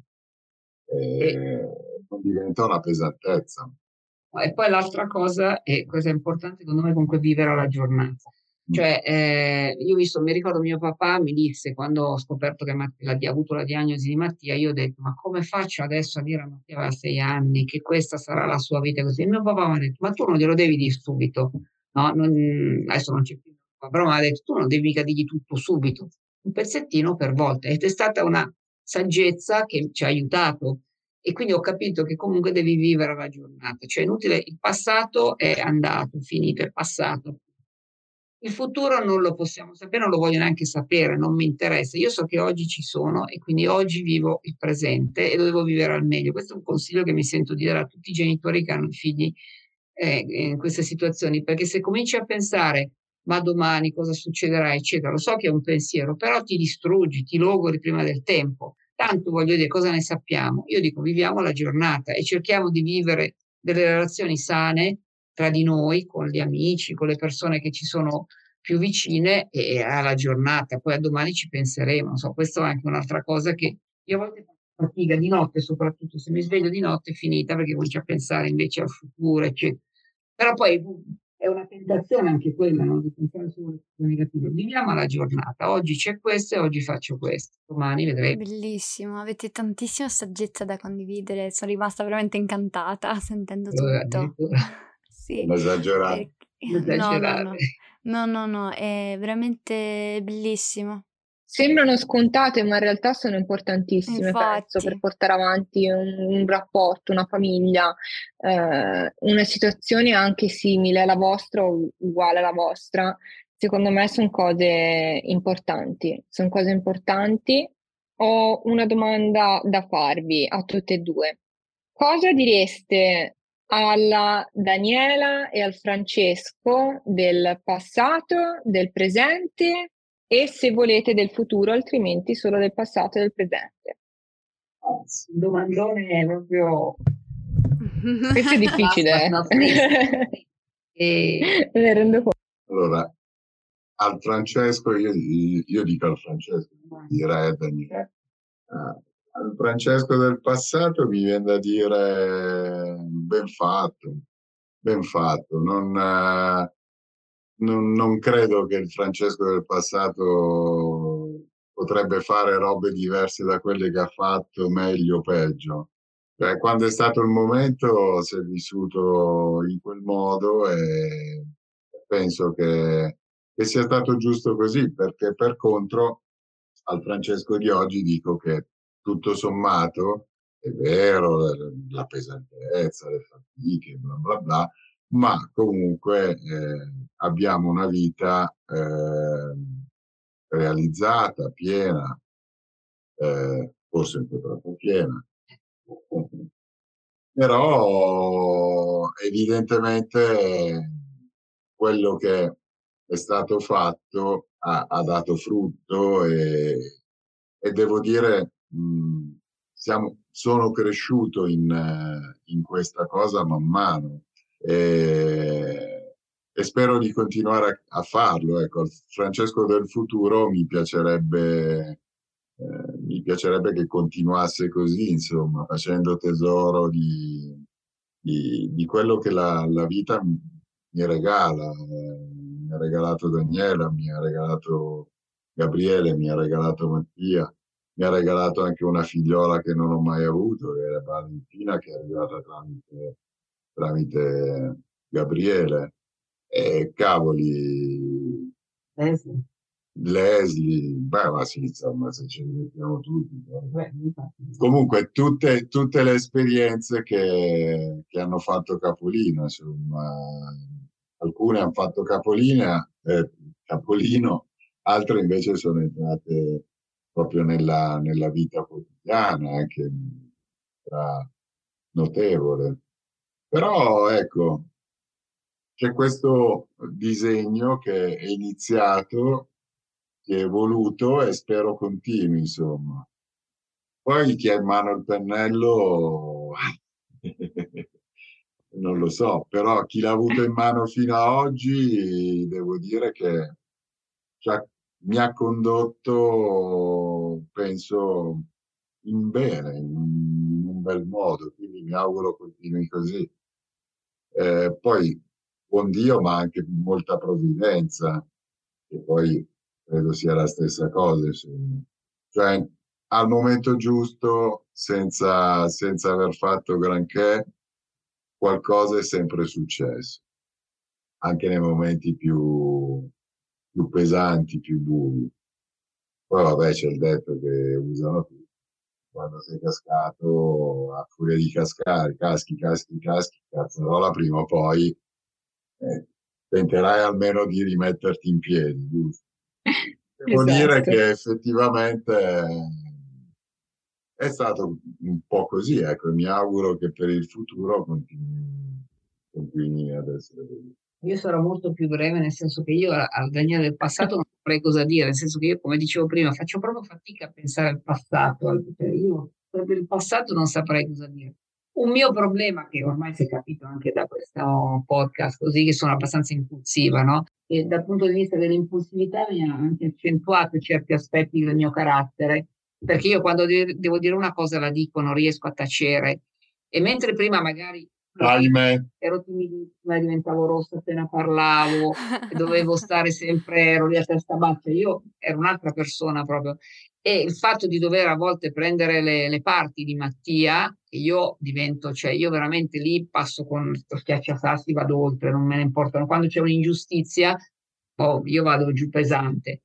E non diventa una pesantezza. E poi l'altra cosa, e cosa è importante secondo me, comunque vivere la giornata. Cioè, eh, io ho visto, mi ricordo mio papà mi disse, quando ho scoperto che Mattia, ha avuto la diagnosi di Mattia, io ho detto, ma come faccio adesso a dire a Mattia aveva sei anni, che questa sarà la sua vita così? E mio papà mi ha detto, ma tu non glielo devi dire subito, no? Non, adesso non c'è più, però mi ha detto, tu non devi mica dirgli tutto subito, un pezzettino per volta. Ed è stata una saggezza che ci ha aiutato. E quindi ho capito che comunque devi vivere la giornata, cioè inutile, il passato è andato, finito, è passato. Il futuro non lo possiamo sapere, non lo voglio neanche sapere, non mi interessa. Io so che oggi ci sono e quindi oggi vivo il presente e lo devo vivere al meglio. Questo è un consiglio che mi sento di dare a tutti i genitori che hanno figli eh, in queste situazioni, perché se cominci a pensare ma domani cosa succederà, eccetera, lo so che è un pensiero, però ti distruggi, ti logori prima del tempo. Tanto voglio dire, cosa ne sappiamo? Io dico, viviamo la giornata e cerchiamo di vivere delle relazioni sane tra di noi, con gli amici, con le persone che ci sono più vicine e alla giornata. Poi a domani ci penseremo. Non so, questa è anche un'altra cosa che io a volte faccio fatica di notte, soprattutto se mi sveglio di notte è finita perché comincio a pensare invece al futuro, eccetera. Però poi è una tentazione anche quella, no? Di pensare solo alle cose negative. Viviamo la giornata, oggi c'è questo e oggi faccio questo, domani vedremo. Bellissimo, avete tantissima saggezza da condividere, sono rimasta veramente incantata sentendo Allora, tutto. Sì, Non esagerare. perché... no, no, no, no, no, no, è veramente bellissimo. sembrano scontate, ma in realtà sono importantissime, Infatti. penso, per portare avanti un, un rapporto, una famiglia, eh, una situazione anche simile alla vostra o uguale alla vostra. Secondo me sono cose importanti, sono cose importanti. Ho una domanda da farvi a tutte e due. Cosa direste alla Daniela e al Francesco del passato, del presente e, se volete, del futuro, altrimenti solo del passato e del presente? Il domandone è proprio... Questo è difficile. No, sì. E... Me ne rendo conto. Allora, al Francesco, io, io dico al Francesco, direi a Daniele. Ah, al Francesco del passato mi viene da dire ben fatto, ben fatto. Non, eh, non, non credo che il Francesco del passato potrebbe fare robe diverse da quelle che ha fatto, meglio o peggio. Cioè, quando è stato il momento si è vissuto in quel modo e penso che, che sia stato giusto così, perché per contro al Francesco di oggi dico che tutto sommato è vero, la pesantezza, le fatiche, bla bla bla, ma comunque eh, abbiamo una vita eh, realizzata, piena, eh, forse un po' troppo piena, però evidentemente quello che è stato fatto ha, ha dato frutto e, e devo dire mh, siamo, sono cresciuto in, in questa cosa man mano e, e spero di continuare a, a farlo. Ecco, Francesco del futuro mi piacerebbe eh, mi piacerebbe che continuasse così, insomma, facendo tesoro di, di, di quello che la, la vita mi, mi regala. Eh, mi ha regalato Daniela, mi ha regalato Gabriele, mi ha regalato Mattia, mi ha regalato anche una figliola che non ho mai avuto, che è Valentina, che è arrivata tramite, tramite Gabriele. E cavoli, Eh sì. Leslie, beh, ma sì, insomma, se ci mettiamo tutti. Beh, infatti. Comunque, tutte, tutte le esperienze che, che hanno fatto capolino, insomma, alcune hanno fatto capolina, eh, capolino, altre invece sono entrate proprio nella, nella vita quotidiana, anche tra notevole. Però, ecco, c'è questo disegno che è iniziato, che è evoluto e spero continui, insomma. Poi chi ha in mano il pennello non lo so, però chi l'ha avuto in mano fino a oggi devo dire che cioè, mi ha condotto, penso, in bene, in, in un bel modo, quindi mi auguro continui così. Eh, poi buon Dio, ma anche molta provvidenza, che poi credo sia la stessa cosa, insomma. Cioè, al momento giusto, senza, senza aver fatto granché, qualcosa è sempre successo, anche nei momenti più, più pesanti, più bui. Poi vabbè c'è il detto che usano tutti, quando sei cascato, a furia di cascare, caschi, caschi, caschi, cazzarola, prima o poi eh, tenterai almeno di rimetterti in piedi, giusto? Devo Esatto. dire che effettivamente è stato un po' così, ecco, mi auguro che per il futuro continui, continui ad essere così. Io sarò molto più breve, nel senso che io al Daniele del passato non saprei cosa dire, nel senso che io, come dicevo prima, faccio proprio fatica a pensare al passato, al, cioè io per il passato non saprei cosa dire. Un mio problema, che ormai si è capito anche da questo podcast, così, che sono abbastanza impulsiva, no? E dal punto di vista dell'impulsività mi ha anche accentuato certi aspetti del mio carattere, perché io quando de- devo dire una cosa la dico, non riesco a tacere. E mentre prima magari Ahimè. ero timidissima, diventavo rossa appena parlavo, e dovevo stare sempre, ero lì a testa bassa, io ero un'altra persona proprio. E il fatto di dover a volte prendere le, le parti di Mattia, io divento, cioè io veramente lì passo con lo schiacciasassi, vado oltre, non me ne importano. Quando c'è un'ingiustizia, oh, io vado giù pesante.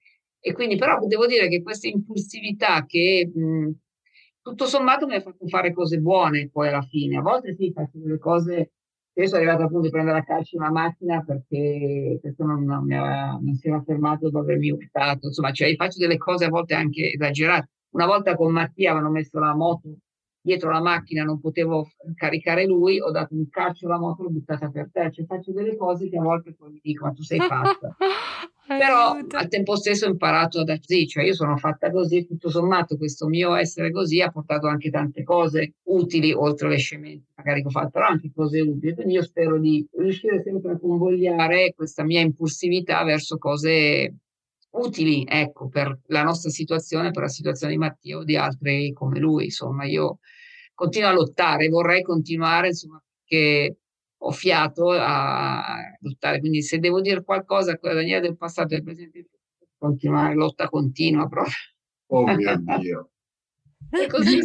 E quindi però devo dire che questa impulsività che mh, tutto sommato mi ha fatto fare cose buone poi alla fine. A volte sì, faccio delle cose. Io sono arrivata a punto di prendere a calcio una macchina perché questo non, non, mi aveva, non si era fermato dopo avermi urtato. Insomma, cioè, faccio delle cose a volte anche esagerate. Una volta con Mattia avevano messo la moto dietro la macchina, non potevo caricare lui, ho dato un calcio alla moto, l'ho buttata per terra. Cioè, faccio delle cose che a volte poi mi dico, ma tu sei pazza. Però al tempo stesso ho imparato da sì, cioè io sono fatta così, tutto sommato questo mio essere così ha portato anche tante cose utili, oltre le scemenze magari che ho fatto, però anche cose utili. Quindi io spero di riuscire sempre a convogliare questa mia impulsività verso cose utili, ecco, per la nostra situazione, per la situazione di Mattia o di altri come lui. Insomma, io continuo a lottare, vorrei continuare, insomma, perché ho fiato a lottare. Quindi se devo dire qualcosa con la Daniela del passato e del presente, continuare, lotta continua proprio. Oh mio Dio. E così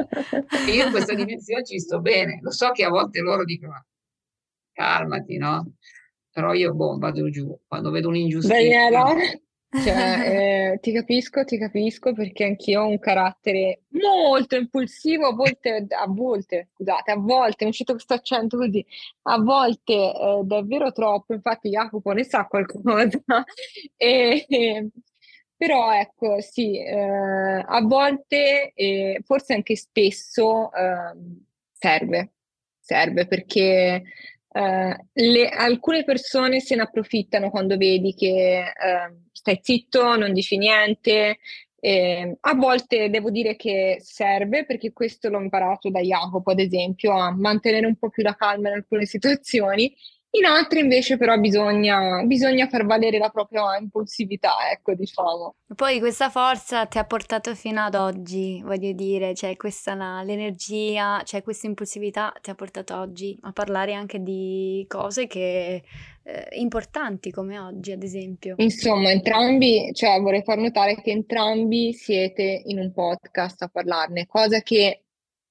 io in questa dimensione ci sto bene. Lo so che a volte loro dicono calmati, no? Però io boh, vado giù quando vedo un'ingiustizia. Daniela, cioè, eh, ti capisco, ti capisco perché anch'io ho un carattere molto impulsivo, a volte, a volte, scusate, a volte, mi è uscito questo accento così, a volte eh, davvero troppo, infatti Jacopo ne sa qualcosa, e, e, però ecco, sì, eh, a volte, eh, forse anche spesso, eh, serve, serve perché... Uh, le, alcune persone se ne approfittano quando vedi che uh, stai zitto, non dici niente. Eh, a volte devo dire che serve, perché questo l'ho imparato da Jacopo, ad esempio, a mantenere un po' più la calma in alcune situazioni. In altre invece però bisogna, bisogna far valere la propria impulsività, ecco, diciamo. Poi questa forza ti ha portato fino ad oggi, voglio dire, cioè questa la, l'energia, cioè questa impulsività ti ha portato oggi a parlare anche di cose che eh, importanti come oggi, ad esempio. Insomma, entrambi, cioè vorrei far notare che entrambi siete in un podcast a parlarne, cosa che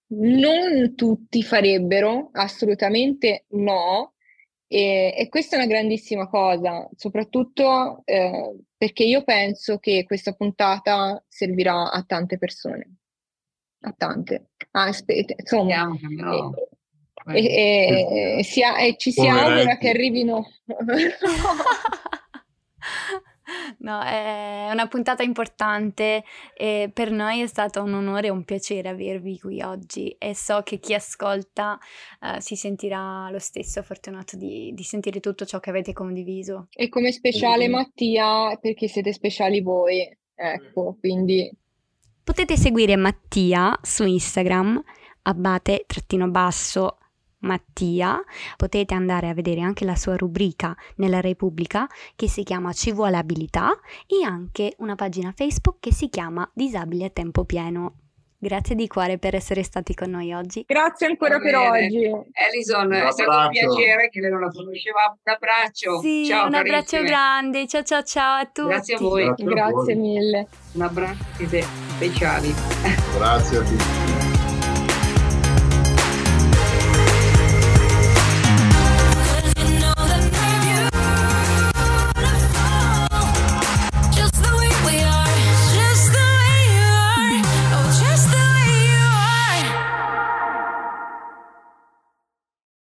non tutti farebbero, assolutamente no. E, e questa è una grandissima cosa, soprattutto eh, perché io penso che questa puntata servirà a tante persone, a tante. Ah, aspetta, insomma, no. e, e, e, si, e ci si Poveretti. augura che arrivino... No, è una puntata importante e per noi è stato un onore e un piacere avervi qui oggi e so che chi ascolta uh, si sentirà lo stesso fortunato di, di sentire tutto ciò che avete condiviso. E come speciale Mattia, perché siete speciali voi, ecco, quindi... Potete seguire Mattia su Instagram, abate trattino basso Mattia, potete andare a vedere anche la sua rubrica nella Repubblica che si chiama Ci vuole abilità e anche una pagina Facebook che si chiama Disabili a tempo pieno. Grazie di cuore per essere stati con noi oggi. Grazie ancora per oggi. Alison, è stato un piacere che lei non la conosceva. Un abbraccio. Sì, ciao, un carissime. abbraccio grande. Ciao ciao ciao a tutti. Grazie a voi. Grazie, Grazie mille. Un abbraccio, siete speciali. Grazie a tutti.